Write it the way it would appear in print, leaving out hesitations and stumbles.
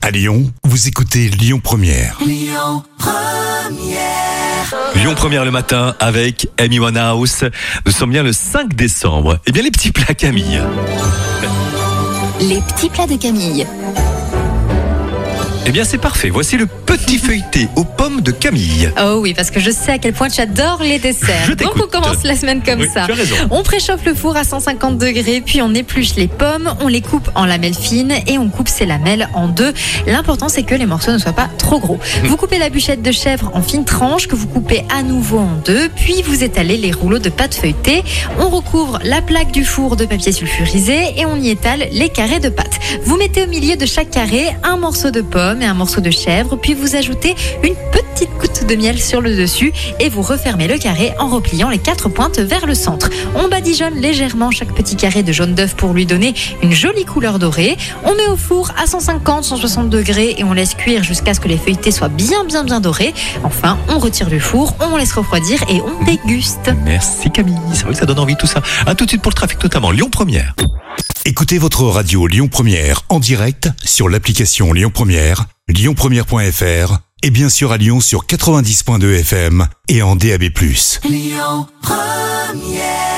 À Lyon, vous écoutez Lyon Première. Lyon Première. Lyon Première le matin avec Amy Winehouse. Nous sommes bien le 5 décembre. Eh bien, les petits plats Camille. Les petits plats de Camille. Eh bien, c'est parfait. Voici le petit feuilleté aux pommes de Camille. Oh oui, parce que je sais à quel point tu adores les desserts. Je Donc t'écoute. on commence la semaine comme Oui, ça. tu as raison. On préchauffe le four à 150 degrés, puis on épluche les pommes, on les coupe en lamelles fines et on coupe ces lamelles en deux. L'important, c'est que les morceaux ne soient pas trop gros. Vous coupez la bûchette de chèvre en fines tranches que vous coupez à nouveau en deux, puis vous étalez les rouleaux de pâte feuilletée. On recouvre la plaque du four de papier sulfurisé et on y étale les carrés de pâte. Vous mettez au milieu de chaque carré un morceau de pomme et un morceau de chèvre, puis vous ajoutez une petite goutte de miel sur le dessus et vous refermez le carré en repliant les 4 pointes vers le centre. On badigeonne légèrement chaque petit carré de jaune d'œuf pour lui donner une jolie couleur dorée. On met au four à 150-160 degrés et on laisse cuire jusqu'à ce que les feuilletés soient bien dorés. Enfin, on retire du four, on laisse refroidir et on déguste. Merci Camille. C'est vrai que ça donne envie tout ça. À tout de suite pour le trafic, notamment Lyon Première. Écoutez votre radio Lyon Première en direct sur l'application Lyon Première, lyonpremière.fr et bien sûr à Lyon sur 90.2 FM et en DAB+. Lyon Première.